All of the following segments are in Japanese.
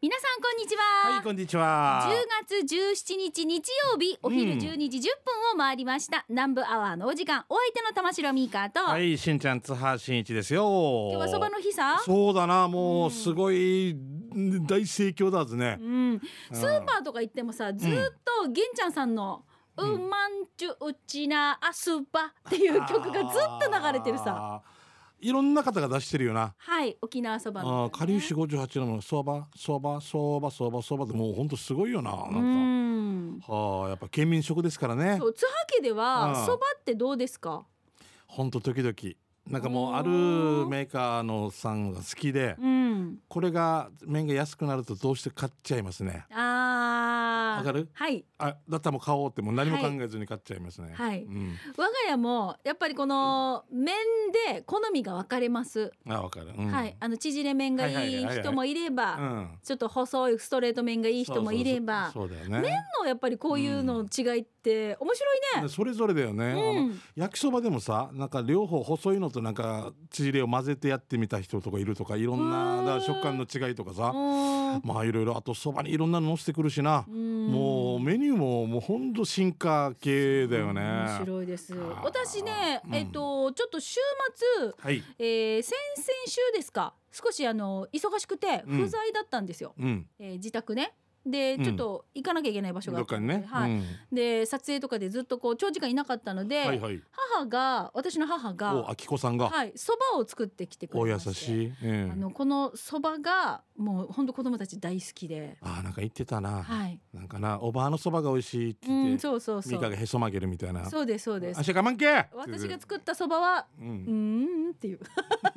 皆さんこんにちは。 はい、こんにちは。 10月17日日曜日お昼12時10分を回りました、南部アワーのお時間。お相手の玉城ミーカーと、 はい、しんちゃん津波真一ですよ。 今日はそばの日さ。 そうだな、もうすごい大盛況だぜね、 スーパーとか行ってもさ、ずっと玄ちゃんさんのうまんちゅうちなあすばっていう曲がずっと流れてるさ。 いろんな方が出してるよな。 はい、沖縄そばの、 かりゆし58のそばそばそばそばそばでもうほんとすごいよな。なんかやっぱ県民食ですからね。 そう、津波家ではそばってどうですか？ ほんと時々なんかもうあるメーカーのさんが好きで、これが麺が安くなるとどうして買っちゃいますね。わかる？ はい。 だったらもう買おうってもう何も考えずに買っちゃいますね。 はい。我が家もやっぱりこの麺で好みが分かれます。 わかる。 はい。縮れ麺がいい人もいれば、ちょっと細いストレート麺がいい人もいれば、 そうだよね。 麺のやっぱりこういうの違いって面白いね。 それぞれだよね。焼きそばでもさ、なんか両方細いのとなんか縮れを混ぜてやってみた人とかいるとか、いろんな食感の違いとかさ、まあいろいろ、あとそばにいろんなの乗せてくるしな。もうメニューももうほんと進化系だよね。 面白いです。私ね、ちょっと週末、先々週ですか、少し忙しくて不在だったんですよ。自宅ね。でちょっと行かなきゃいけない場所があったので、で撮影とかでずっとこう長時間いなかったので、私の母があきこさんがそばを作ってきてくれまして、 お優しい、 このそばがもう本当子供たち大好きで、 なんか言ってたな、なんかな、おばあのそばが美味しいって言って、ミカがへそ曲げるみたいな。 そうですそうです。 足我慢け、 私が作ったそばはっていう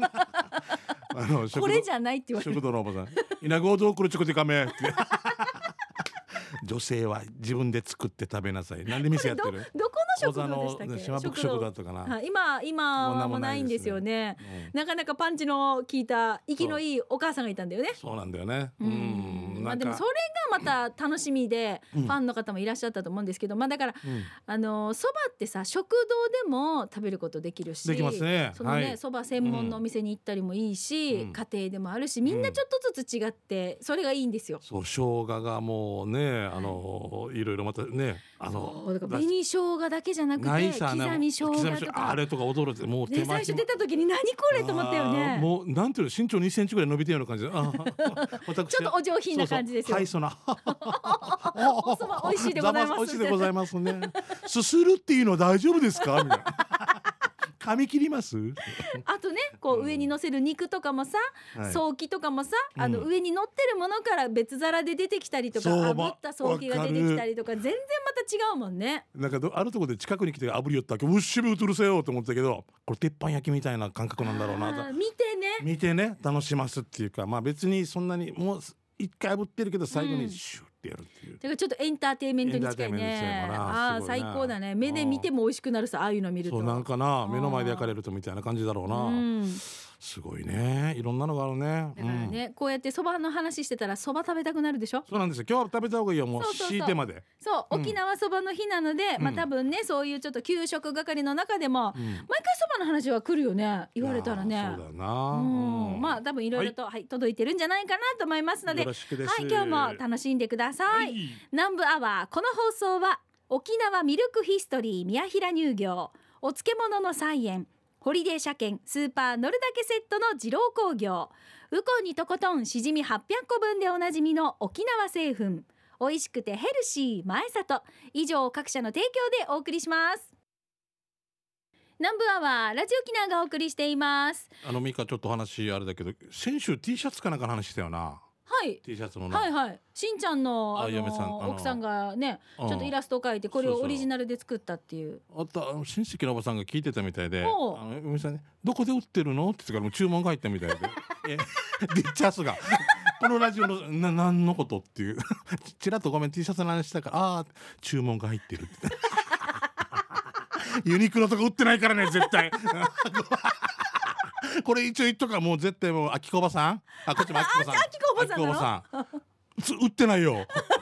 これじゃないって言われる。 食堂のおばさん稲子どうくるちょこてかめって女性は自分で作って食べなさい。なんで店やってる？ どこの食堂でしたっけ？ 島福食堂だったかな。 今はもうないんですよね。なかなかパンチの効いた息のいいお母さんがいたんだよね。 そうなんだよね。 でもそれがまた楽しみで、ファンの方もいらっしゃったと思うんですけど、だからそばってさ、食堂でも食べることできるし、 できますね。 そのね、そば専門のお店に行ったりもいいし、家庭でもあるし、みんなちょっとずつ違ってそれがいいんですよ。 そう、生姜がもうね、いろいろまたね、 だから紅生姜だけじゃなくて刻み生姜とか、 あれとか驚いて、もう手間最初出た時に何これと思ったよね。 もうなんていうの、身長2センチぐらい伸びてるような感じで、 ちょっとお上品な感じですよ。 はいそなおそば美味しいでございます。 美味しいでございますね。すするっていうのは大丈夫ですかみたいな。髪切ります。 あとね、こう上に乗せる肉とかもさ、ソーキとかもさ、上に乗ってるものから別皿で出てきたりとか、炙ったソーキが出てきたりとか、全然また違うもんね。 なんかあるところで近くに来て炙りよったわけ、うっしぶうとるせよと思ったけど、これ鉄板焼きみたいな感覚なんだろうなと。見てね楽しますっていうか、まあ別にそんなにもう一回炙ってるけど最後にシューってやるっていう、 だからちょっとエンターテインメントに近いね。最高だね。目で見ても美味しくなるさ、ああいうの見ると。 そう、なんかな、目の前で焼かれるとみたいな感じだろうな。すごいね、いろんなのがあるね。 だからね、こうやってそばの話してたらそば食べたくなるでしょ。 そうなんですよ。今日は食べた方がいいよ、もう敷いてまで。 そう、沖縄そばの日なので、多分ね、そういうちょっと給食係の中でも、毎回そばの話は来るよね、言われたらね。 そうだな。 多分いろいろと届いてるんじゃないかなと思いますので、今日も楽しんでください。南部アワー、この放送は沖縄ミルクヒストリー宮平乳業、お漬物の菜園、ホリデー車検スーパー乗るだけセットの二郎工業、ウコンにとことんしじみ800個分でおなじみの沖縄製粉、美味しくてヘルシー前里、以上各社の提供でお送りします。南部アワー、ラジオ沖縄がお送りしています。 ミカ、ちょっと話あれだけど、先週 T シャツかなんかの話したよな。T シャツのしんちゃんの奥さんがね、ちょっとイラストを描いてこれをオリジナルで作ったっていう。 あと親戚のおばさんが聞いてたみたいで、嫁さんね、どこで売ってるのって言ってからもう注文が入ったみたいでディッチャスがこのラジオの何のことっていうちらっとごめん T シャツの話したから注文が入ってるってユニクロとか売ってないからね絶対これ一応言っとか、もう絶対もうあきこばさん、こっちもあきこばさん売ってないよ。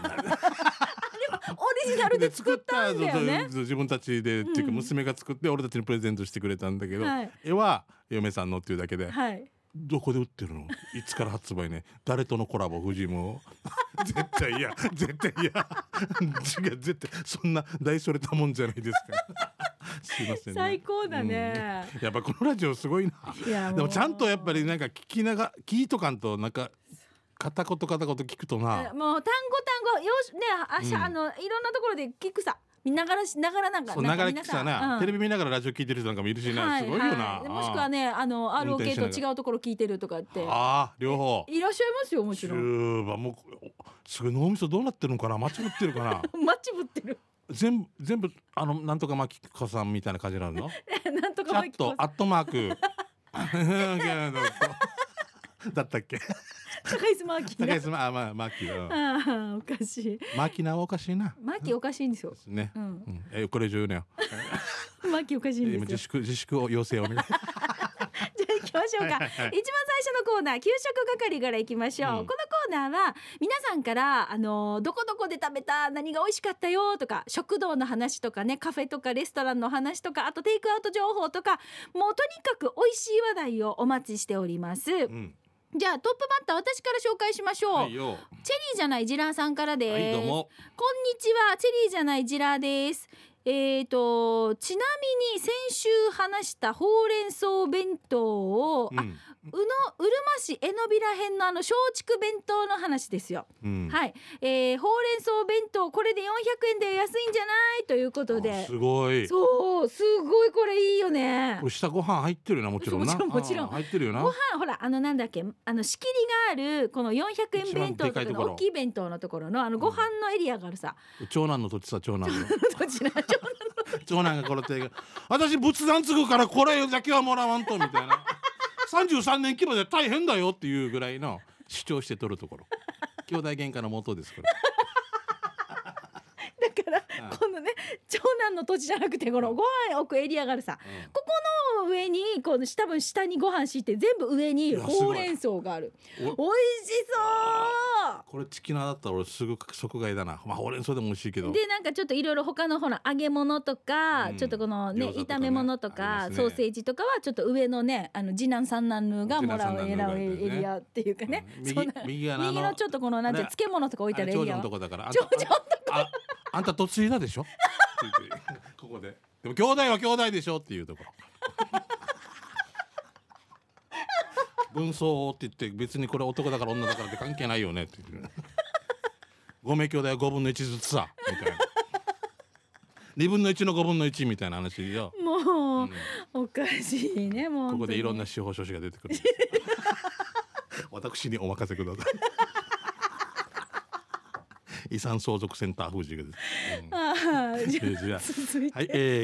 オリジナルで作ったんだよね。 自分たちでっていうか娘が作って俺たちにプレゼントしてくれたんだけど、絵は嫁さんのっていうだけで、 どこで売ってるの、いつから発売ね、誰とのコラボ、フジモ絶対嫌、絶対嫌違う、絶対そんな大それたもんじゃないですかすいませんね、 最高だね、 やっぱこのラジオすごいな。 いやでもちゃんとやっぱりなんか聞いとかんと、なんか片言聞くとな、 もう単語よしね、いろんなところで聞くさ、ながらなんかそうながら聞くさな、テレビ見ながらラジオ聞いてる人なんかもいるしね、すごいよな、 もしくはねROK と違うところ聞いてるとかって両方いらっしゃいますよ、もちろん。 もうすごい、脳みそどうなってるのかな、間違ってるかな間違ってる全部なんとかマキコさんみたいな感じなのなんとかマキコさんチャットアットマークだったっけ高須マーキー高須マーキー、 おかしい、 マーキーな、おかしいな、 マーキーおかしいんですよね、これ重要だよマーキーおかしいんですよ。 自粛を要請をねじゃあ行きましょうか、一番最初のコーナー、給食係から行きましょう、このコーナーは皆さんからどこどこで食べた何が美味しかったよとか、食堂の話とかね、カフェとかレストランの話とか、あとテイクアウト情報とか、もうとにかく美味しい話題をお待ちしております、じゃあトップバッター私から紹介しましょう、チェリーじゃないジラーさんからです、 どうもこんにちは、チェリーじゃないジラーです。ちなみに先週話したほうれん草弁当を、うるま市えのびら編の松竹弁当の話ですよ、はい、ほうれん草弁当これで400円で安いんじゃないということで、 すごい、 そうすごい、これいいよね。 これ下ご飯入ってるな、もちろんな、 もちろん入ってるよな、 ご飯ほらなんだっけ、仕切りがあるこの400円弁当とかの大きい弁当のところのご飯のエリアがあるさ、 長男の土地さ、長男のどちら長男がこれって私仏壇継ぐからこれだけはもらわんとみたいな33年規模で大変だよっていうぐらいの主張して取るところ兄弟喧嘩の元ですこれだからこのね、長男の土地じゃなくてこのご飯置くエリアがあるさ、ここの上にこの多分下にご飯敷いて、全部上にほうれん草がある、美味しそう。 これチキナーだったら俺すぐ即買いだな、ほうれん草でも美味しいけど、 でなんかちょっといろいろ他のほら揚げ物とか、ちょっとこのね炒め物とか、ソーセージとかはちょっと上のね次男三男がもらうエリアっていうかね、右のちょっとこのなんて漬物とか置いてあるエリア、 長女のとこだから、 長女のとこあんた嫁いだでしょここででも兄弟は兄弟でしょっていうところ分相応って言って別にこれ男だから女だからって関係ないよねっていう5名兄弟は5分の1ずつさみたいな2分の1の5分の1みたいな話よ。 もう、おかしいね、もうここでいろんな司法書士が出てくる私にお任せください遺産相続センター藤井です、 続いて、 はい、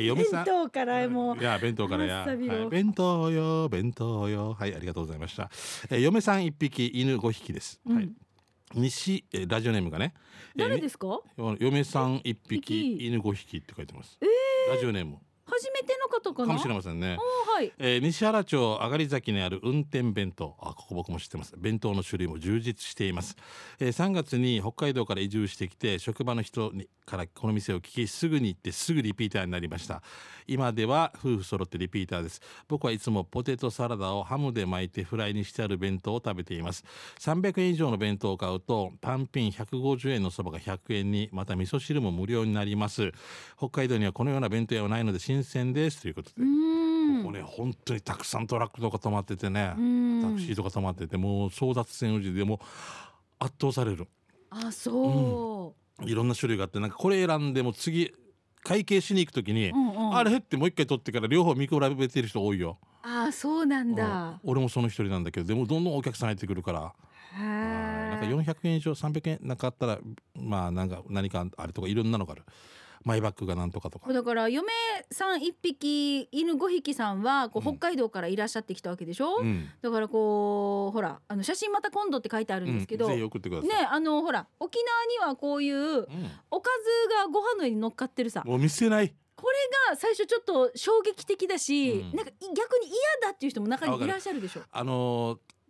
嫁さん弁当からもう、 いや弁当からや、はい、弁当よ弁当よ、はい、ありがとうございました、嫁さん1匹犬5匹です、はい、西、ラジオネームがね、 誰ですか？ 嫁さん1匹犬5匹って書いてます、ラジオネーム初めての方かな、 かもしれませんね、 はい、 西原町上がり崎にある運転弁当、ここ僕も知ってます。弁当の種類も充実しています、3月に北海道から移住してきて職場の人にからこの店を聞きすぐに行ってすぐリピーターになりました。今では夫婦揃ってリピーターです。僕はいつもポテトサラダをハムで巻いてフライにしてある弁当を食べています。300円以上の弁当を買うと単品150円のそばが100円に、また味噌汁も無料になります。北海道にはこのような弁当屋はないので新鮮ですということで、ここね本当にたくさんトラックとか止まっててね、タクシーとか止まってて、もう争奪戦うちでも圧倒される。 あ、そう、 いろんな種類があって、なんかこれ選んでも次会計しに行くときに、あれ減ってもう一回取ってから両方見比べてる人多いよ。 あ、そうなんだ、 俺もその一人なんだけど、でもどんどんお客さん入ってくるから、なんか400円以上300円なんかあったら、まあなんか何かあれとかいろんなのがある。マイバッグがなんとかとか。 だから嫁さん1匹犬5匹さんはこう北海道からいらっしゃってきたわけでしょ、だからこうほら写真また今度って書いてあるんですけど、 ぜひ送ってくださいね、ほら沖縄にはこういうおかずがご飯の上に乗っかってるさ、 もう見せない、 これが最初ちょっと衝撃的だし、なんか逆に嫌だっていう人も中にいらっしゃるでしょ。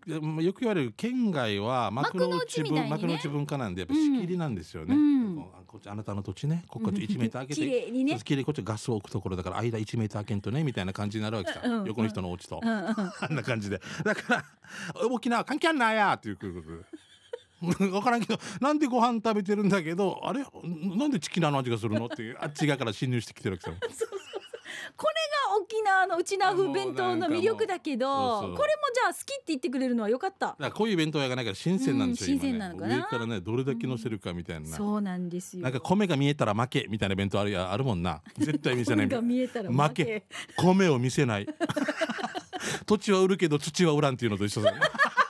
よく言われる県外は幕の内文化なんでやっぱ仕切りなんですよね、こっちあなたの土地ね、こっち1メーター開けて綺麗にね、 綺麗こっちガスを置くところだから間1メーター開けんとねみたいな感じになるわけさ、横の人のお家と、あんな感じで、だから沖縄関係あんないやっていうことで分からんけど、なんでご飯食べてるんだけど、あれなんでチキンの味がするのっていう、あっち側から侵入してきてるわけさこれが沖縄のうちな風弁当の魅力だけど、これもじゃあ好きって言ってくれるのはよかった。だからこういう弁当屋がないから新鮮なんですよ、 新鮮なのかな、 上からねどれだけ乗せるかみたいな、 そうなんですよ。 なんか米が見えたら負けみたいな弁当あるもんな、絶対見せない米が見えたら負け、米を見せない土地は売るけど土は売らんっていうのと一緒だね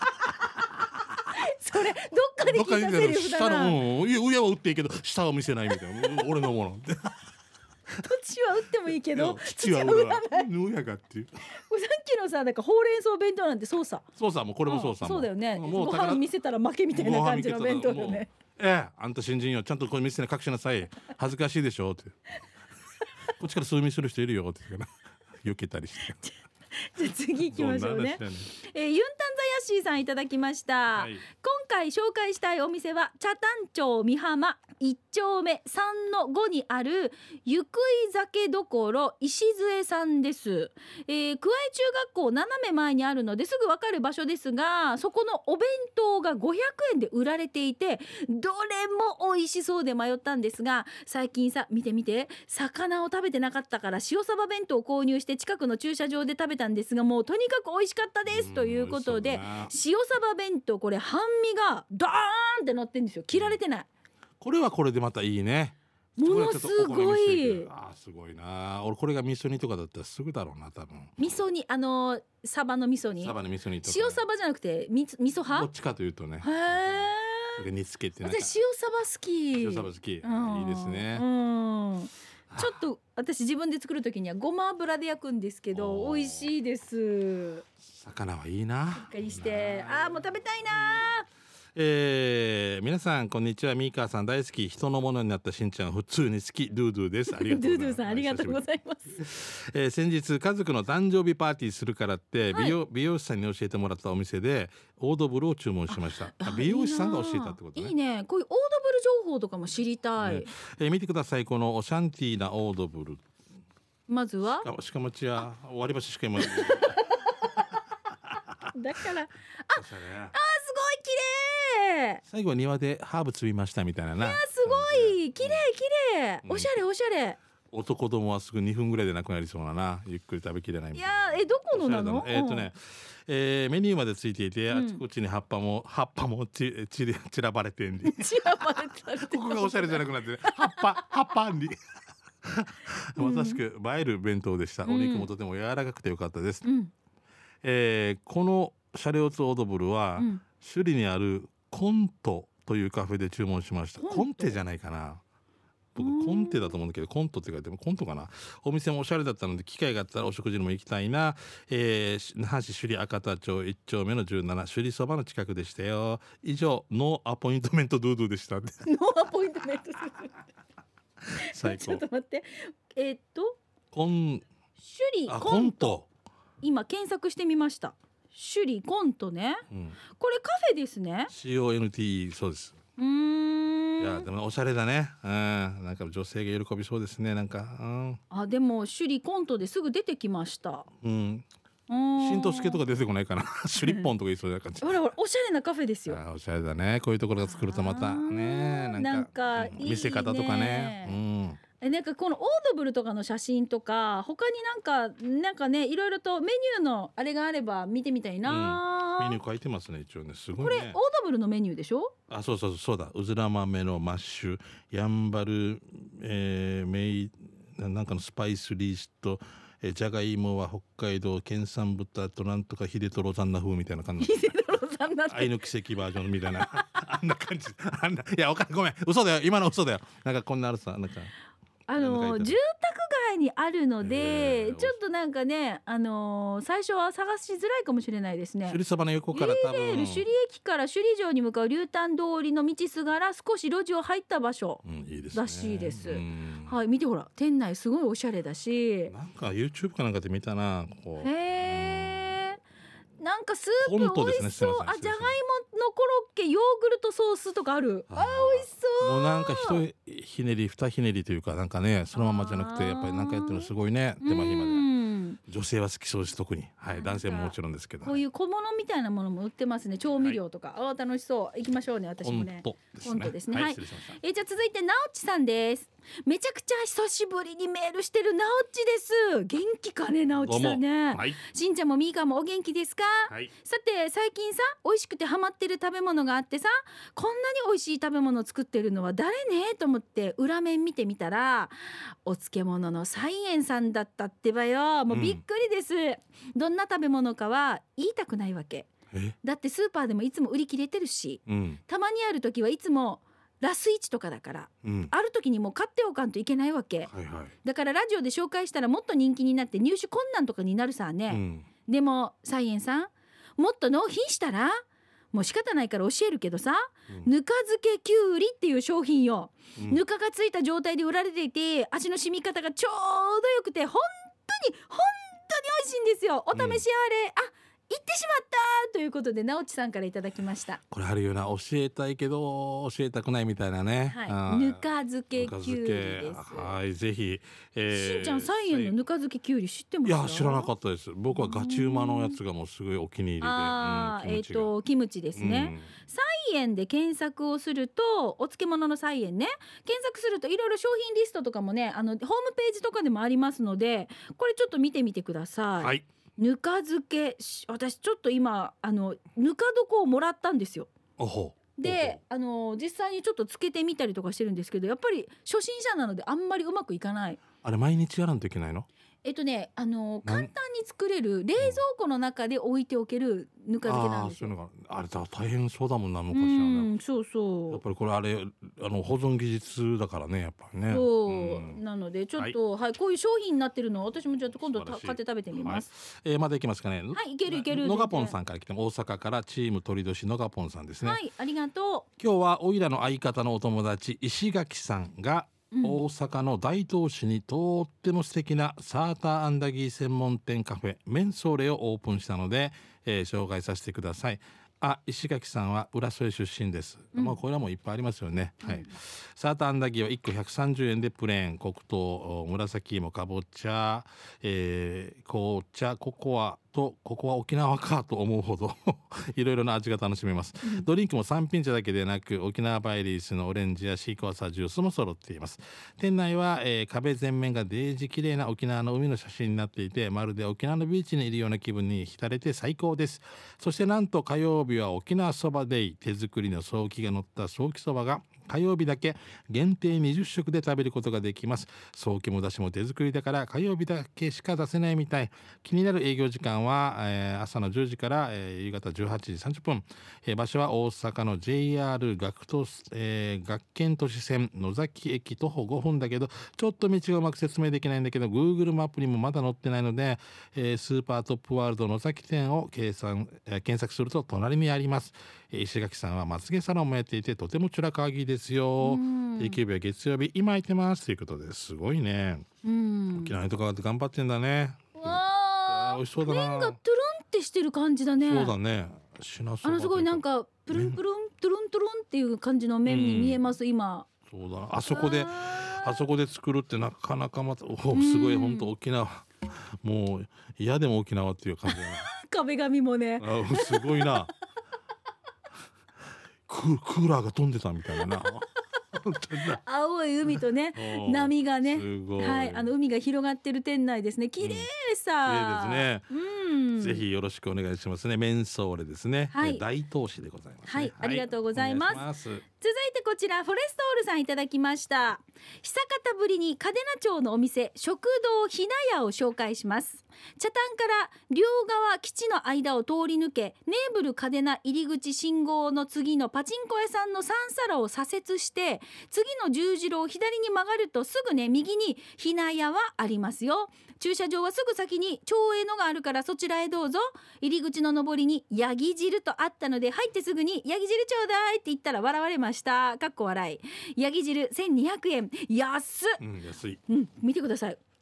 それどっかで聞いたセリフだな。 上は売っていいけど下は見せないみたいな俺のもの土地は売ってもいいけど土は売らないのやがっていう。 これさっきのさ、なんかほうれん草弁当なんてそうさ、 もうこれもそうさ、 そうだよね。ご飯見せたら負けみたいな感じの弁当だよね。 あんた新人よ、ちゃんとこれ見せない隠しなさい、恥ずかしいでしょってこっちから数見する人いるよって避けたりしてじゃあ次行きましょうね。ユンタンザヤッシーさんいただきました、はい、今回紹介したいお店は北谷町美浜1丁目3-5にあるゆくい酒どころ石杖さんです。桑江中学校斜め前にあるのですぐわかる場所ですが、そこのお弁当が500円で売られていてどれも美味しそうで迷ったんですが、最近さ見て魚を食べてなかったから塩サバ弁当を購入して近くの駐車場で食べたんですが、もうとにかく美味しかったですということで、塩サバ弁当これ半身がドーンって乗ってるんですよ。切られてない。これはこれでまたいいね。 ものすごい。 すごいな。俺これが味噌煮とかだったらすぐだろうな多分。 味噌煮サバの味噌煮。 サバの味噌煮とか。 塩サバじゃなくて味噌派？ どっちかというとね。 へえ。 煮つけて。 私塩サバ好き。 塩サバ好き。いいですね。 ちょっと私自分で作るときにはごま油で焼くんですけど美味しいです。 魚はいいな。 しっかりしてもう食べたいな。 皆さんこんにちは。ミーカーさん大好き、人のものになったしんちゃん普通に好きドゥドゥです。ありがとうございます。ドゥドゥさんありがとうございます。先日家族の誕生日パーティーするからって、美容師さんに教えてもらったお店でオードブルを注文しました。美容師さんが教えたってことね。 いいね。こういうオードブル情報とかも知りたい、 見てください、このオシャンティーなオードブル。 まずはしかもちや割り箸しか今だからすごい綺麗。 最後は庭でハーブ摘みましたみたいなな。 すごい綺麗綺麗、おしゃれおしゃれ。 男どもはすぐ2分ぐらいでなくなりそうなな。ゆっくり食べきれないみたいな。 いやどこのなの？ メニューまでついていて、あちこちに葉っぱも散らばれてんで散らばれてるここがおしゃれじゃなくなって、葉っぱんでまさしく映える弁当でした。お肉もとても柔らかくてよかったです。このシャレオツオードブルは、首里にあるコントというカフェで注文しました。コンテじゃないかな、僕コンテだと思うんだけど、コントって書いてもコントかな。お店もおしゃれだったので機会があったらお食事にも行きたいな。那覇市首里赤田町1丁目の17首里そばの近くでしたよ。以上ノーアポイントメントドゥドゥでしたノーアポイントメントドゥドゥ最高。 ちょっと待って、 コンコント今検索してみました。首里コントね、これカフェですね。 CONT そうです。いやでもおしゃれだね。なんか女性が喜びそうですね。なんか、 でも首里コントですぐ出てきました。 新とすけとか出てこないかな首里ポンとか言いそうな感じ。 ほらおしゃれなカフェですよ。 おしゃれだね。こういうところが作るとまたね、なんかいいね、見せ方とかね。 なんかこのオードブルとかの写真とか他になんかねいろいろとメニューのあれがあれば見てみたいな。 メニュー書いてますね一応ね。すごいね。 これオードブルのメニューでしょ。 そうだ。うずら豆のマッシュ、やんばる、なんかのスパイスリースト、じゃがいもは北海道県産豚となんとかヒデトロザンナ風みたいな感じ。 ヒデトロザンナ愛の奇跡バージョンみたいなあんな感じ。いやごめん嘘だよ、今の嘘だよ。なんかこんなあるさ、なんか住宅街にあるので、ちょっとなんかね、最初は探しづらいかもしれないですね。 首里そばの横から多分首里駅から首里城に向かう竜丹通りの道すがら少し路地を入った場所らしいです。はい、見てほら店内すごいおしゃれだし、 なんか YouTube かなんかで見たなここ。 なんかスープ美味しそう、 ですね、 じゃがいものコロッケヨーグルトソースとかある。美味しそう。 もうなんか一ひねり二ひねりというかなんかね、そのままじゃなくてやっぱりなんかやってるのすごいね。手間暇で女性は好きそうです、特に。はい、男性ももちろんですけど、 こういう小物みたいなものも売ってますね、調味料とか。楽しそう。行きましょうね、私もね。本当ですね。はい、じゃあ続いてなおちさんです。めちゃくちゃ久しぶりにメールしてるなおちです。元気かね、なおちさんね。しんちゃんもみーかもお元気ですか？さて最近さ、美味しくてハマってる食べ物があってさ、こんなに美味しい食べ物を作ってるのは誰ねと思って裏面見てみたら、お漬物のサイエンさんだったってばよ。もうびっくりです、どんな食べ物かは言いたくないわけだって。スーパーでもいつも売り切れてるし、たまにある時はいつもラス1とかだから、ある時にもう買っておかんといけないわけ、だからラジオで紹介したらもっと人気になって入手困難とかになるさね、でもサイエンさんもっと納品したら、もう仕方ないから教えるけどさ、ぬか漬けきゅうりっていう商品よ、ぬかがついた状態で売られていて、味の染み方がちょうどよくて本当に美味しいんですよ。お試しあれ、言ってしまったということで、直地さんからいただきました。 これあるよな、教えたいけど教えたくないみたいなね、 ぬか漬けきゅうりです。 はい、ぜひ、 しんちゃんサイエンのぬか漬けきゅうり知ってますか？ いや知らなかったです。僕はガチうまのやつがもうすごいお気に入りで、 キムチですね、サイエンで検索をすると、お漬物のサイエンね、検索するといろいろ商品リストとかもね、ホームページとかでもありますので、これちょっと見てみてください。ぬか漬け、私ちょっと今ぬか床をもらったんですよ。で実際にちょっとつけてみたりとかしてるんですけど、やっぱり初心者なのであんまりうまくいかない。 あれ毎日やらんといけないの？簡単に作れる冷蔵庫の中で置いておけるぬか漬けなんですよ。 そういうのがあれだ、大変そうだもんな、昔はね。 そうそう。 やっぱりこれあれ保存技術だからね、やっぱりね。 なのでちょっと、こういう商品になってるのを私もちょっと今度買って食べてみます。 まだいきますかね。 いけるいける。 のがぽんさんから来ても、大阪からチーム鳥年のがぽんさんですね。 ありがとう。今日はおいらの相方のお友達石垣さんが大阪の大東市にとっても素敵なサーターアンダギー専門店カフェメンソーレをオープンしたので、紹介させてください。石垣さんは浦添出身です、これはもういっぱいありますよね、サーターアンダギーは1個130円でプレーン、黒糖、紫芋、かぼちゃ、紅茶、ココアと、ここは沖縄かと思うほどいろいろな味が楽しめます、ドリンクも三品茶だけでなく沖縄バイリースのオレンジやシークワーサージュースも揃っています。店内は、壁全面がデージ綺麗な沖縄の海の写真になっていて、まるで沖縄のビーチにいるような気分に浸れて最高です。そしてなんと火曜日は沖縄そばデイ、手作りのソーキが乗ったソーキそばが火曜日だけ限定20食で食べることができます。ソーキもだしも手作りだから火曜日だけしか出せないみたい。気になる営業時間は、朝の10時から、夕方18時30分、場所は大阪の JR 学研都市線野崎駅徒歩5分だけど、ちょっと道がうまく説明できないんだけど Google マップにもまだ載ってないので、スーパートップワールド野崎店を検索すると隣にあります。石垣さんはまつげサロンもやっていてとてもチュラカワギですよ。定休日は月曜日、今空いてますということで、すごいね。沖縄とか頑張ってんだね。美味しそうだな。 麺がトゥルンってしてる感じだね。 そうだね。すごいなんかプルンプルントゥルントゥルンっていう感じの麺に見えます、今。 そうだな。あそこで作るってなかなかまたすごい、本当沖縄もう嫌でも沖縄っていう感じだな壁紙もねすごいなクーラーが飛んでたみたいな青い海とね波がね、海が広がってる店内ですね。綺麗さ、 綺麗ですね。ぜひよろしくお願いしますね。メンソーレですね、大東市でございますね。 ありがとうございます。続いてこちらフォレストオールさんいただきました。久方ぶりに嘉手納町のお店食堂ひな屋を紹介します。北谷から両側基地の間を通り抜け、ネーブル嘉手納入り口信号の次のパチンコ屋さんの三皿を左折して次の十字路を左に曲がるとすぐね、右にひな屋はありますよ。駐車場はすぐ先に町営のがあるからそちらへどうぞ。入り口の上りにヤギ汁とあったので入ってすぐにヤギ汁ちょうだいって言ったら笑われました。かっこ笑い。ヤギ汁1200円、安っ、 安い、 見てください。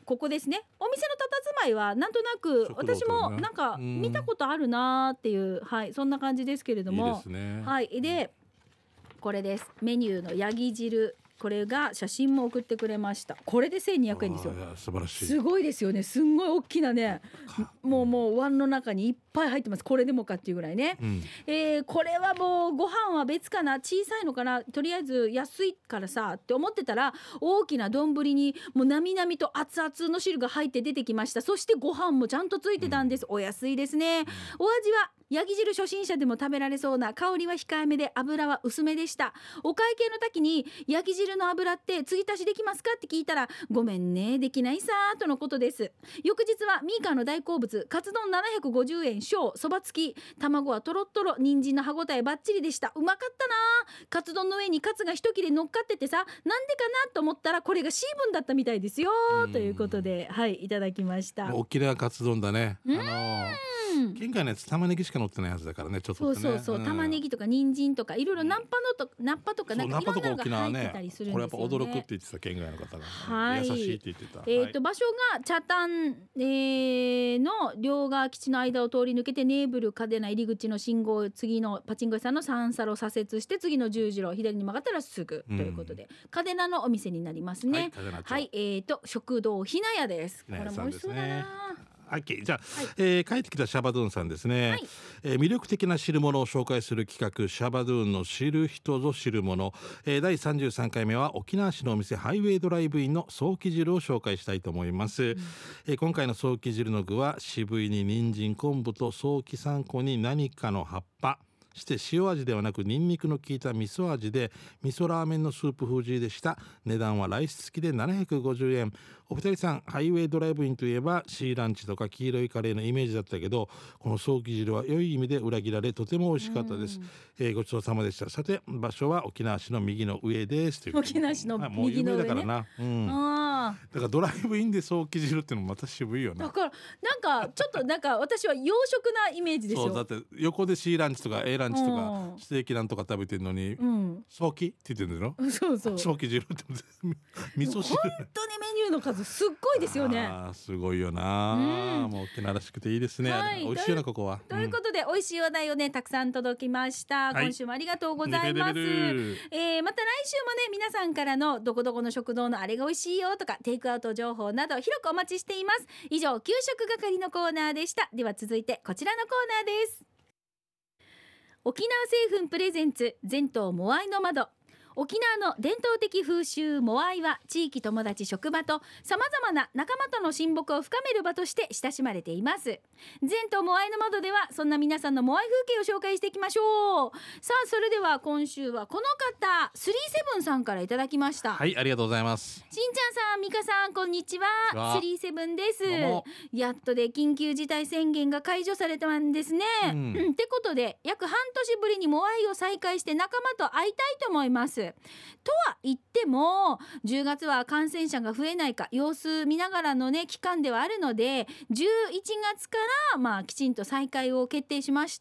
ここですね。お店の佇まいはなんとなく私もなんか見たことあるなっていう、はい、そんな感じですけれども、 いいですね。 はい、でこれです。メニューのヤギ汁、これが写真も送ってくれました。これで1200円ですよ。 素晴らしい。 すごいですよね。すんごい大きなね、もう碗の中にいっぱい入ってます。これでもかっていうぐらいね、これはもうご飯は別かな、小さいのかな、とりあえず安いからさって思ってたら、大きな丼にもうなみなみと熱々の汁が入って出てきました。そしてご飯もちゃんとついてたんです。お安いですね。お味はヤギ汁初心者でも食べられそうな、香りは控えめで油は薄めでした。お会計の時にヤギ汁の油って継ぎ足しできますかって聞いたら、ごめんねできないさとのことです。翌日はミーカーの大好物カツ丼750円小そば付き、卵はとろっとろ、人参の歯ごたえバッチリでした。うまかったな。カツ丼の上にカツが一切れ乗っかっててさ、なんでかなと思ったらこれがシーブンだったみたいですよということで、はい、いただきました。 大きなカツ丼だね。県外のやつ玉ねぎしか乗ってないはずだからね。ちょっとね、 そう玉ねぎとか人参とかいろいろナッパとかなんかいろんなのが入ってたりするんですよね。 これやっぱ驚くって言ってた、県外の方が、 はい、 優しいって言ってた。 場所が北谷、の両側基地の間を通り抜けてネーブル嘉手納入り口の信号、次のパチンコ屋さんの3サロ左折して次の十字路左に曲がったらすぐということで、嘉手納のお店になりますね。はい、食堂ひなやです。これも美味しそうだな。 はい、じゃあ、帰ってきたシャバドゥンさんですね、魅力的な汁物を紹介する企画、シャバドゥンの知る人ぞ知るもの、第33回目は沖縄市のお店ハイウェイドライブインのソーキ汁を紹介したいと思います、今回のソーキ汁の具は渋いに人参昆布とソーキ3個に何かの葉っぱして塩味ではなくニンニクの効いた味噌味で味噌ラーメンのスープ風でした。値段はライス付きで750円。お二人さん、ハイウェイドライブインといえばシーランチとか黄色いカレーのイメージだったけど、このソーキ汁は良い意味で裏切られとても美味しかったです、ごちそうさまでした。さて場所は沖縄市の右の上ですという。 沖縄市の右の上ね、 もう有名だからな、だからドライブインでソーキ汁ってのもまた渋いよな。 だからなんかちょっとなんか私は洋食なイメージですよ。 そうだって横で C ランチとか A ランチとかステーキなんとか食べてるのに、ソーキって言ってるんだろ。そうソーキ汁って味噌汁。 本当にメニューの数すっごいですよね。 すごいよな、もう沖縄らしくていいですね、美味しいよなここは。 ということで、美味しい話題をねたくさん届きました、今週もありがとうございます。また来週もね、皆さんからのどこどこの食堂のあれが美味しいよとかテイクアウト情報など広くお待ちしています。以上、給食係のコーナーでした。では続いてこちらのコーナーです。沖縄製粉プレゼンツ全島モアイの窓。沖縄の伝統的風習モアイは地域、友達、職場とさまざまな仲間との親睦を深める場として親しまれています。全島モアイの窓ではそんな皆さんのモアイ風景を紹介していきましょう。さあ、それでは今週はこの方37さんからいただきました。 はい、ありがとうございます。 しんちゃんさん、みかさん、こんにちは。37です。やっとで緊急事態宣言が解除されたんですね、ってことで約半年ぶりにモアイを再開して仲間と会いたいと思います。とは言っても10月は感染者が増えないか様子見ながらのね期間ではあるので、11月からきちんと再開を決定しました。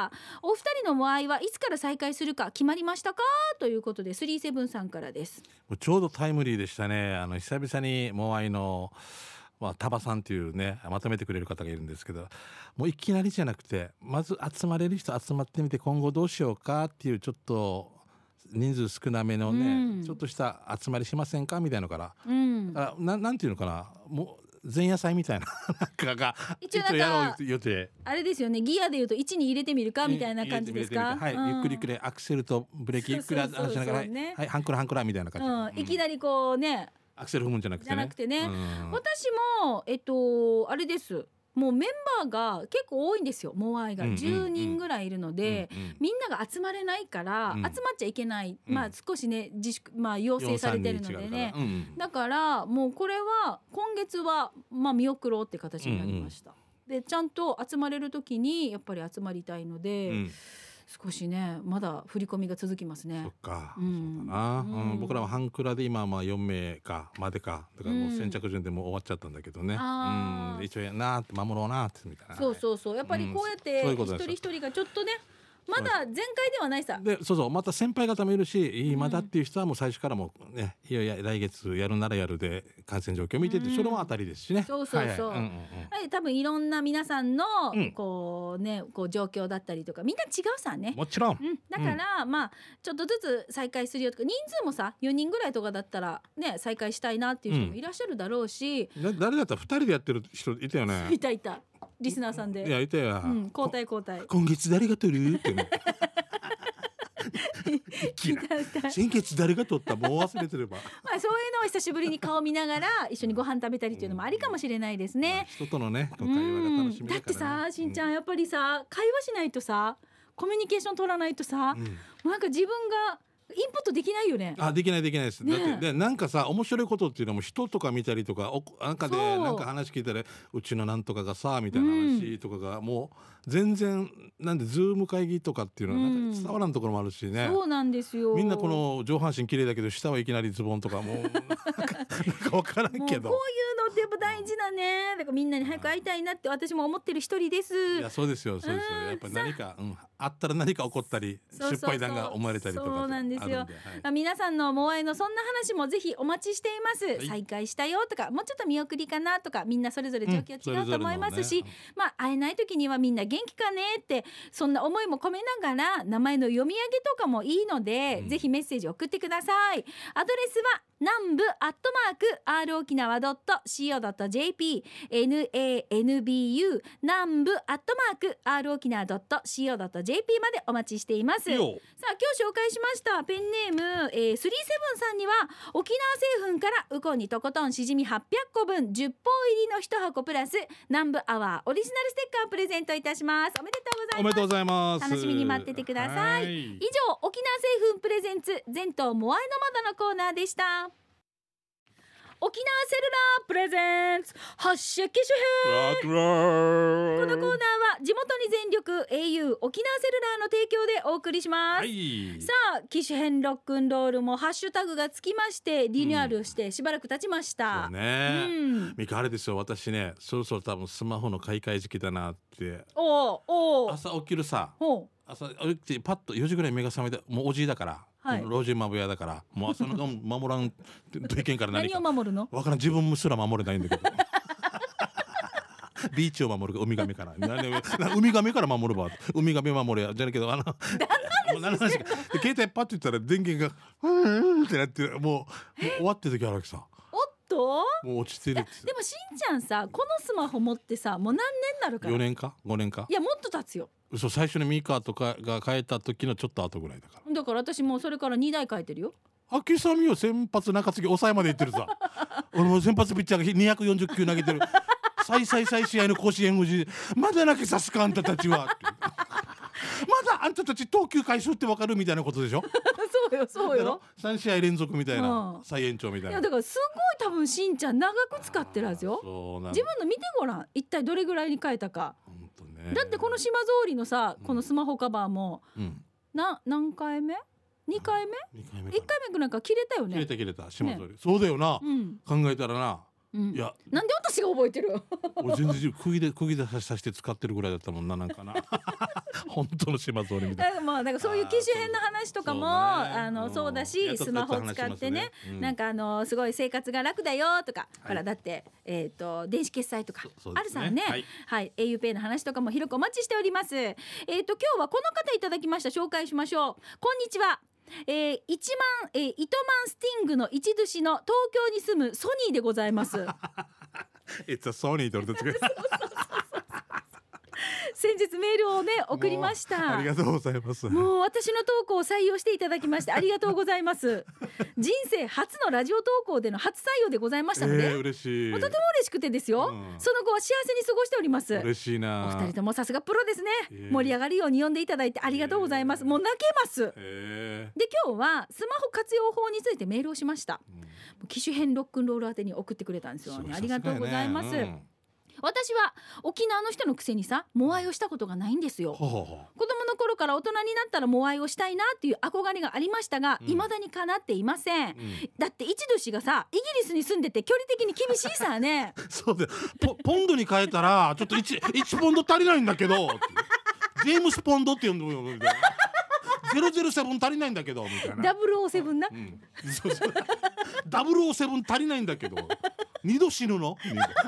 お二人のモアイはいつから再開するか決まりましたかということで、37さんからです。 ちょうどタイムリーでしたね。久々にモアイのタバさんというねまとめてくれる方がいるんですけど、もういきなりじゃなくてまず集まれる人集まってみて今後どうしようかっていうちょっと人数少なめのね、ちょっとした集まりしませんかみたいなのから、なんていうのかな、もう前夜祭みたいななんかが一応やろう予定。あれですよね、ギアでいうと1に入れてみるかみたいな感じですか。 はい、ゆっくりゆっくりアクセルとブレーキゆっくり話しながら、はい、ハンクラハンクラみたいな感じ、 いきなりこうねアクセル踏むんじゃなくてね、 私もあれです、もうメンバーが結構多いんですよ。モアイが10人ぐらいいるので、みんなが集まれないから、集まっちゃいけない、少しね自粛、要請されてるのでね、だからもうこれは今月は見送ろうって形になりました、でちゃんと集まれる時にやっぱり集まりたいので、少しねまだ振り込みが続きますね。 そっか、そうだな、僕らは半クラで今4名かまでかだからもう先着順でもう終わっちゃったんだけどね、一応やなって守ろうなってみたいな、 そうやっぱりこうやって一人一人がちょっとねまだ全開ではないさ。 でそうそう、また先輩方もいるし、まだっていう人はもう最初からもうね、いやいや来月やるならやるで感染状況を見てて、それも当たりですしね。 そうそうそう、多分いろんな皆さんのこうね、こう状況だったりとかみんな違うさね。 もちろん、 だから、まあちょっとずつ再開するよとか、人数もさ4人ぐらいとかだったらね再開したいなっていう人もいらっしゃるだろうし、 誰だったら2人でやってる人いたよね。 いたリスナーさんで。 いやいたよ、 交代今月誰が取るってね先月誰が取ったもう忘れてればまあそういうのを久しぶりに顔見ながら一緒にご飯食べたりっていうのもありかもしれないですね。 人とのね会話が楽しみだからね。 だってさ、しんちゃんやっぱりさ、会話しないとさ、コミュニケーション取らないとさ、もうなんか自分がインプットできないよね。 できないです、だってでなんかさ面白いことっていうのも人とか見たりとかなんかでなんか話聞いたらうちのなんとかがさみたいな話とかがもう全然なんでズーム会議とかっていうのはなんか伝わらんところもあるしね。 そうなんですよ。 みんなこの上半身綺麗だけど下はいきなりズボンとかもうなんか分からんけど、 もうこういうのってやっぱ大事だね。だからみんなに早く会いたいなって私も思ってる一人です。 いやそうですよやっぱり何か、あったら何か起こったり失敗談が生まれたりとかそうなんですよ、 はい、 皆さんのモアイのそんな話もぜひお待ちしています、再開したよとかもうちょっと見送りかなとか、みんなそれぞれ状況違うと思いますし、まあ会えない時にはみんな元気かねってそんな思いも込めながら名前の読み上げとかもいいので、ぜひメッセージ送ってください。アドレスは南部@r沖縄 .co.jp NANBU 南部@r沖縄 .co.jp までお待ちしています。さあ今日紹介しましたペンネーム、37さんには沖縄製粉からウコンにとことんしじみ800個分10本入りの1箱プラス南部アワーオリジナルステッカープレゼントいたします。おめでとうございます。楽しみに待っててください。以上沖縄製粉プレゼンツ全島モアイの窓のコーナーでした。沖縄セルラープレゼンツ発射機種編。このコーナーは地元に全力 au 沖縄セルラーの提供でお送りします、さあ機種編ロックンロールもハッシュタグがつきましてリニューアルしてしばらく経ちました、 そうね、ミカあれですよ、私ねそろそろ多分スマホの買い替え時期だなって。朝起きるさ、朝起きてパッと4時ぐらい目が覚めて、もうおじいだから老人マブヤだからもう朝の守らんといけんから何を守るのわからん、自分すら守れないんだけどビーチを守るかウミガメからウミガメから守るばウミガメ守れやじゃなけど携帯パッと言ったら電源がってなってもう終わってる時あるわけさ。もう落ちてるって。 でもしんちゃんさこのスマホ持ってさもう何年になるから。 4年か5年か。 いやもっと経つよ。 そう最初にミカとかが変えた時のちょっと後ぐらいだから。 だから私もうそれから2台変えてるよ。 秋雨を先発中継ぎ抑えまでいってるさ俺も先発ピッチャーが240球投げてる再試合の甲子園無事まだなきさすかあんたたちはまだあんたたち投球回数って分かるみたいなことでしょそうよ 3試合連続みたいな、再延長みたいな。 いやだからすごい多分しんちゃん長く使ってるはずよ。自分の見てごらん一体どれぐらいに変えたか。本当ね。だってこの島ぞうりのさこのスマホカバーも、何回目2回目1回目くらいから切れたよね。 切れた島ぞうり、そうだよな、考えたらな、 いやなんで私が覚えてる俺全然釘で刺して使ってるぐらいだったもんな、なんかな本当の島ぞうりみたいな。 だからそういう機種編の話とかもそうだし、スマホ使ってね、なんかすごい生活が楽だよとか、ほらだって電子決済とかあるさね、はい auPay の話とかも広くお待ちしております。今日はこの方いただきました。紹介しましょう。こんにちは。糸満スティングの一寿司の東京に住むソニーでございます It's a Sony って俺たちが先日メールをね送りました。 ありがとうございます。 もう私の投稿を採用していただきましてありがとうございます人生初のラジオ投稿での初採用でございましたので、 嬉しい。 とても嬉しくてですよ、その後は幸せに過ごしております。 嬉しいな。 お二人ともさすがプロですね、盛り上がるように読んでいただいてありがとうございます。もう泣けます。で今日はスマホ活用法についてメールをしました、機種編ロックンロール宛てに送ってくれたんですよね。ありがとうございます。私は沖縄の人のくせにさモアイをしたことがないんですよ。子供の頃から大人になったらモアイをしたいなっていう憧れがありましたが、未だに叶っていません、だって一年がさイギリスに住んでて距離的に厳しいさねそうでポンドに変えたらちょっと 1ポンド足りないんだけどジェームスポンドって呼んでるみたいな007足りないんだけどみたいな 007な、 そうそう007足りないんだけど二度死ぬの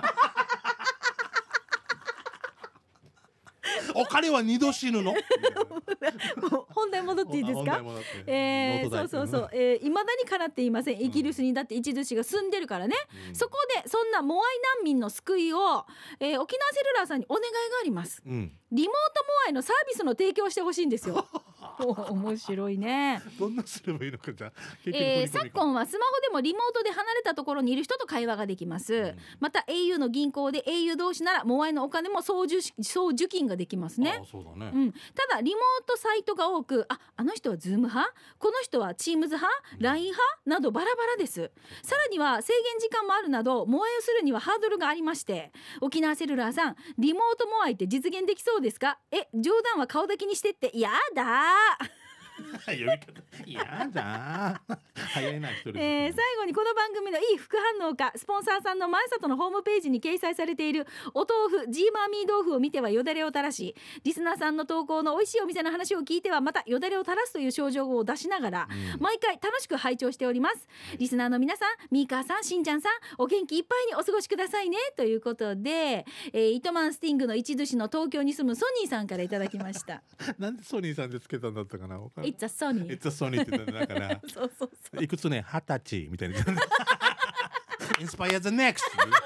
お金は二度死ぬの本題戻っていいですか。そうそうそう、未だにかなっていません。イギリスにだって一寿司が住んでるからね、そこでそんなモアイ難民の救いを、沖縄セルラーさんにお願いがあります、リモートモアイのサービスの提供してほしいんですよ面白いね。 どんなすればいいのかじゃあ、 昨今はスマホでもリモートで離れたところにいる人と会話ができます、また au の銀行で au 同士ならモアイのお金も送受金ができますね。 そうだね、 ただリモートサイトが多く、あの人は Zoom 派、この人は Teams 派、LINE 派などバラバラです。さらには制限時間もあるなどモアイをするにはハードルがありまして、沖縄セルラーさん、リモートモアイって実現できそうですか。冗談は顔だけにしてってやだ読み方やだ早いな一人、 最後にこの番組のいい副反応かスポンサーさんの前里のホームページに掲載されているお豆腐ジーマーミー豆腐を見てはよだれを垂らし、リスナーさんの投稿の美味しいお店の話を聞いてはまたよだれを垂らすという症状を出しながら、毎回楽しく拝聴しております。リスナーの皆さん、ミーカーさん、しんちゃんさん、お元気いっぱいにお過ごしくださいねということで、糸満スティングの一寿司の東京に住むソニーさんからいただきましたなんでソニーさんでつけたんだったかな。 It's a Sony It's a Sony って言ったんだからそうそうそう、 いくつね、20歳みたいなInspire the next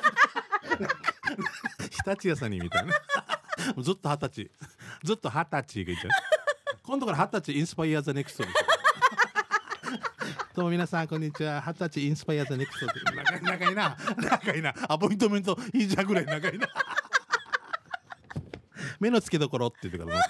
日立屋さんにみたいなずっと20歳ずっと20歳がいて今度から20歳 Inspire the next どうも皆さんこんにちは、20歳 Inspire the next 仲いいなアポイントメントいいじゃんぐらい仲いいな目の付けどころって言ってから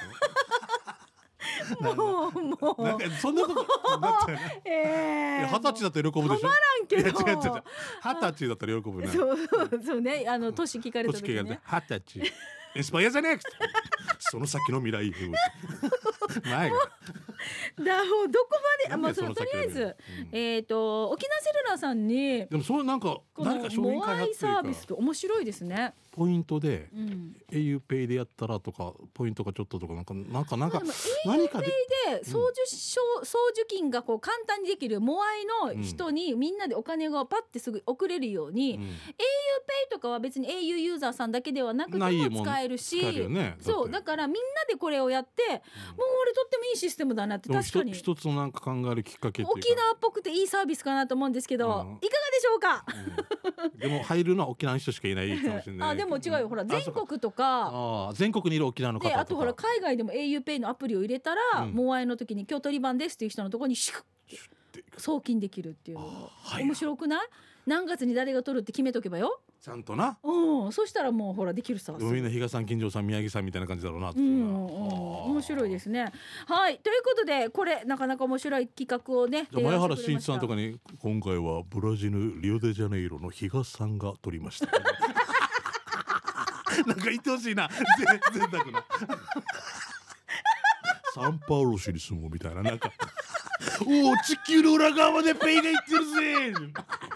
もうなんかそんなことだったよね。20歳だったら喜ぶでしょ。 止まらんけど。 違う20歳だったら喜ぶね。 そうね、年聞かれた時ね。 20歳。インスパイアじゃねえ。その先の未来。前が。 どこまで、まあそのとりあえず、沖縄セルラーさんに。 でもそれなんか誰か商品開発というか。モアイサービスと面白いですね。 ポイントで auPay でやったらとかポイントがちょっととかなんか何か auPay で送受金がこう簡単にできるモアイの人にみんなでお金がパッてすぐ送れるように、auPay とかは別に au ユーザーさんだけではなくても使えるし、そうだからみんなでこれをやって、もう俺とってもいいシステムだなって。確かに一つなんか考えるきっかけっていうか沖縄っぽくていいサービスかなと思うんですけど、いかがでしょうか。 でも入るのは沖縄の人しかいないかもしれない。 でも違うよ、ほら全国とか全国にいる沖縄の方とか、 あとほら海外でも auPay のアプリを入れたら、モアイの時に今日取り番ですっていう人のところにシュッ送金できるっていうのも面白くない？何月に誰が取るって決めとけばよ、 ちゃんとな。 そしたらもうほらできるさ。 みんな比嘉さん、金城さん、宮城さんみたいな感じだろうな。 面白いですね。はい、ということでこれなかなか面白い企画をね。 前原慎一さんとかに今回はブラジルリオデジャネイロの比嘉さんが取りました。なんか言ってほしいな、贅沢な。サンパウロ市に住むみたいな、なんかおお地球の裏側までペイがいってるぜ。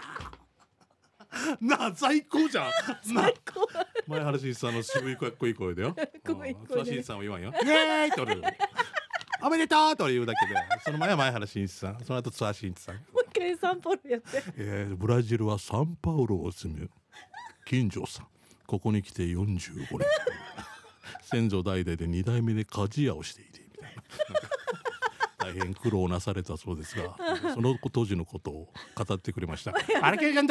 なあ最高じゃん。最高。前原慎一さんの渋いかっこいい声だよ。慎一さんは言わんよ。イエーイって俺おめでとうと言うだけで、その前は前原慎一さん、その後ツアー慎一さん。もう一回サンパウロやって。 ブラジルはサンパウロを住む金城さん、ここに来て45年先祖代々で2代目で鍛冶屋をしていてみたいな大変苦労なされたそうですが、その当時のことを語ってくれました。あれ違う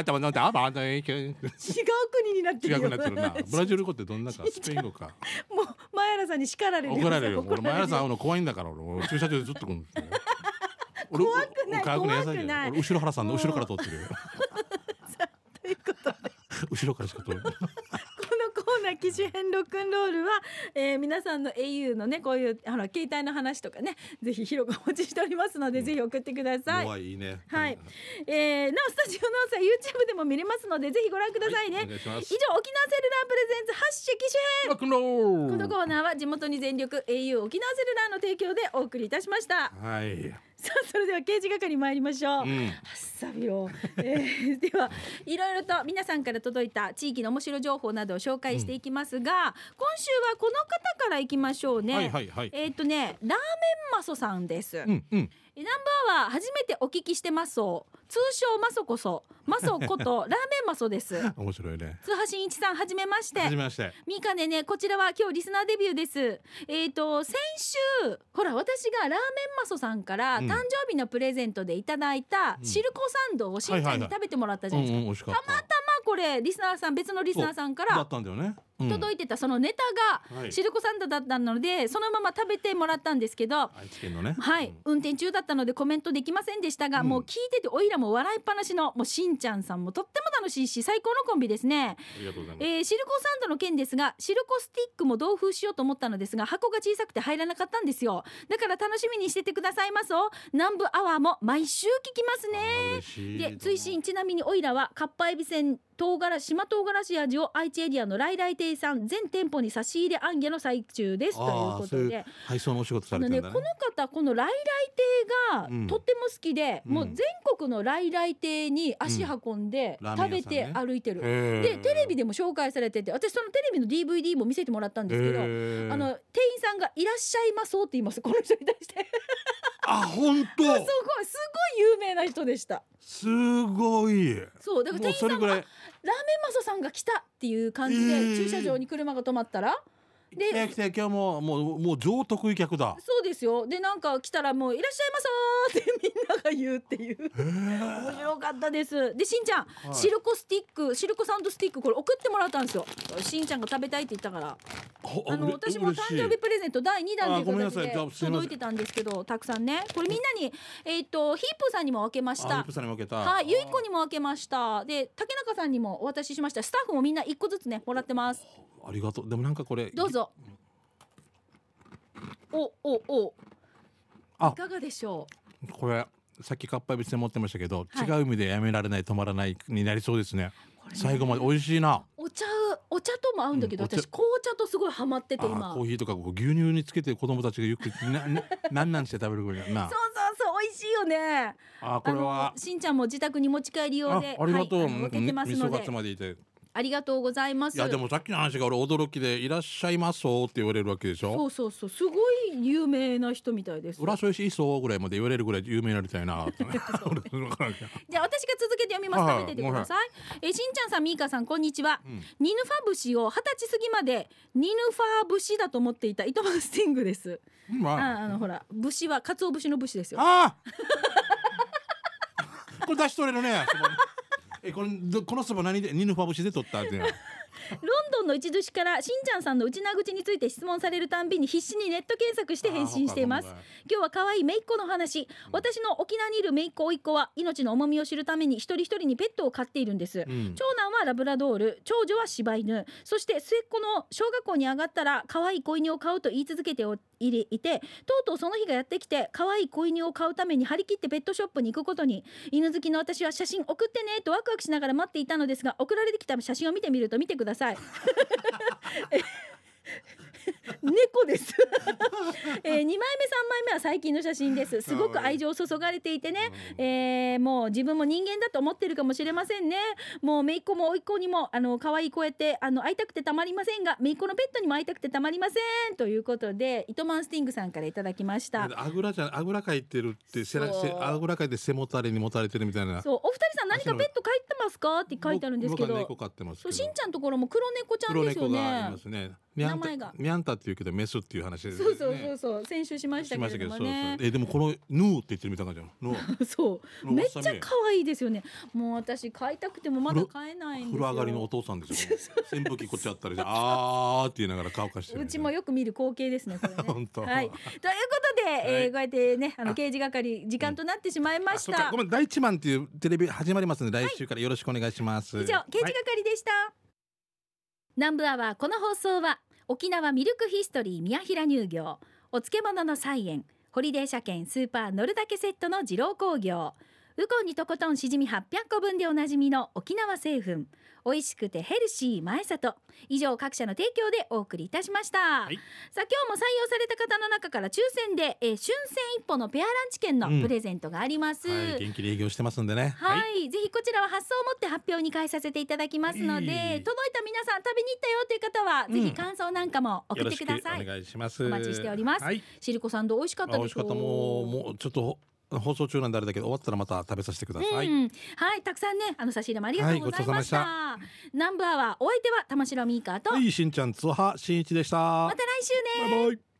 国になってるよ。 違くなってるな。ブラジル語ってどんなか、スペイン語か。 もう前原さんに叱られるよ。 怒られるよ。俺前原さん会うの怖いんだから、俺駐車場でずっと来るんですよ。 怖くない。 俺後ろ原さんの後ろから通ってるよ。 ということで後ろからしか通る。 コーナー機種編ロックンロールは、皆さんの au のねこういう携帯の話とかね、ぜひ広くお待ちしておりますので、ぜひ送ってください。 いいね。 はい。なおスタジオのさ YouTube でも見れますので、ぜひご覧くださいね。以上、沖縄セルラープレゼンツ発信機種編ロックンロール。 このコーナーは地元に全力 au 沖縄セルラーの提供でお送りいたしました。 はい。 さあそれでは刑事係参りましょう。 さびよ、ではいろいろと皆さんから届いた地域の面白情報などを紹介していきますが、今週はこの方からいきましょうね。ラーメンマソさんです。ナンバーは初めてお聞きしてます。通称マソこそマソことラーメンマソです。 面白いね。 津波真一さんはじめまして。 はじめまして。 みかねね、こちらは今日リスナーデビューです。先週ほら私がラーメンマソさんから誕生日のプレゼントでいただいたシルコサンドをしんちゃんに食べてもらったじゃないですか。たまたまこれリスナーさん、別のリスナーさんからだったんだよね。 届いてたそのネタがシルコサンドだったので、そのまま食べてもらったんですけど、 愛知県のね、 運転中だったのでコメントできませんでしたが、もう聞いてておいらも笑いっぱなしの、もうしんちゃんさんもとっても楽しいし最高のコンビですね。 ありがとうございます。 シルコサンドの件ですが、シルコスティックも同封しようと思ったのですが箱が小さくて入らなかったんですよ。だから楽しみにしててくださいますを。南部アワーも毎週聞きますね。で追伸、ちなみにおいらはかっぱえびせん島唐辛子味を愛知エリアの来来亭さん全店舗に差し入れ行脚の最中ですということで、 配送のお仕事されてるんだね。 この方この来来亭がとっても好きで、もう全国の来来亭に足運んで食べて歩いてる、でテレビでも紹介されてて、私そのテレビの DVD も見せてもらったんですけど、店員さんがいらっしゃいますって言います、この人に対して本当すごい有名な人でした。 すごい。そうだから店員さんがラーメンマソさんが来たっていう感じで、駐車場に車が止まったらで来て今日もう上得意客だ。 そうですよ。でなんか来たらもういらっしゃいまそってみんなが言うっていう面白かったです。でしんちゃん、シルコサンドスティックこれ送ってもらったんですよ。しんちゃんが食べたいって言ったから、私も誕生日プレゼント第2弾という形で届いてたんですけど、たくさんね、これみんなにヒープーさんにも分けました。 ヒープーさんにも分けた。 はい、ゆいこにも分けました。で竹中さんにもお渡ししました。スタッフもみんな1個ずつねもらってます。 ありがとう。でもなんかこれどうぞ。いかがでしょう。これさっきかっぱえびせん持ってましたけど、違う意味でやめられない止まらないになりそうですね。最後まで美味しいな。お茶とも合うんだけど、私紅茶とすごいハマってて今。 コーヒーとか牛乳につけて子供たちがよくなんして食べるぐらいな。 そう美味しいよね。 これはしんちゃんも自宅に持ち帰り用でありがとう。 分けてますので。ありがとうございます。 いやでもさっきの話が俺驚きで、いらっしゃいますって言われるわけでしょ。 そうすごい有名な人みたいです。 浦添市いそうぐらいまで言われるぐらい有名になりたいなじゃあ私が続けて読みます。食べててください。しんちゃんさん、みーかさん、こんにちは。ニヌファ節を20歳過ぎまでニヌファ節だと思っていた糸満スティングです。ほら節は鰹節の節ですよ。 これ出し取れるね。このそば何でニヌファ節で取ったんですよ。 ロンドンの一年からしんちゃんさんの内な口について質問されるたんびに必死にネット検索して返信しています。今日は可愛い姪っ子の話、私の沖縄にいる姪っ子甥っ子は命の重みを知るために一人一人にペットを飼っているんです、長男はラブラドール、長女は柴犬、そして末っ子の小学校に上がったら可愛い子犬を飼うと言い続けていて、とうとうその日がやってきて、可愛い子犬を飼うために張り切ってペットショップに行くことに。犬好きの私は写真送ってねとワクワクしながら待っていたのですが、送られてきた写真を見てみると、見てください猫です2枚目3枚目は最近の写真です。すごく愛情を注がれていてね、もう自分も人間だと思ってるかもしれませんね。もう姪っ子も甥っ子にも可愛い子やって会いたくてたまりませんが、姪っ子のペットにも会いたくてたまりませんということで、糸満スティングさんからいただきました。 あぐらかいてるって、あぐらかいて背もたれにもたれてるみたいな。 そう、お二人さん何かペット飼ってますかって書いてあるんですけど、 猫飼ってますけど、 しんちゃんのところも黒猫ちゃんですよね。 黒猫がいますね。名前がミャンタって言うけどメスっていう話ですね。 そう先週しましたけれどもね。 でもこのヌーって言ってるみたいな感じのそうめっちゃ可愛いですよね。もう私飼いたくてもまだ飼えないんですよ。 風呂上がりのお父さんですよ。扇風機こっちあったりであーって言いながら顔貸してる、 うちもよく見る光景ですねこれね本当。 はい、ということで、こうやってね刑事係時間となってしまいました。 ごめん、第一番っていうテレビ始まりますので、来週からよろしくお願いします。 以上刑事係でした。南部アワー、この放送は沖縄ミルクヒストリー宮平乳業、お漬物の菜園、ホリデー車検スーパー乗るだけセットの二郎工業、 ウコンにとことんしじみ800個分でおなじみの沖縄製粉、美味しくてヘルシー前里。以上各社の提供でお送りいたしました、はい、さあ今日も採用された方の中から抽選で、春戦一歩のペアランチ券のプレゼントがあります、 はい、元気に営業してますんでね。 はい、ぜひこちらは発送をもって発表に変えさせていただきますので、届いた皆さん食べに行ったよという方は、ぜひ感想なんかも送ってください。 よろしくお願いします。 お待ちしております、はい、しるこさんどう美味しかったでしょう。 美味しかった。もうちょっと放送中なんであれだけど終わったらまた食べさせてください、 はい、たくさんね差し入れもありがとうございました、はい、南部アワーお相手は玉城ミーカーと、 はい、しんちゃん津波しんいちでした。 また来週ね。 バイバイ。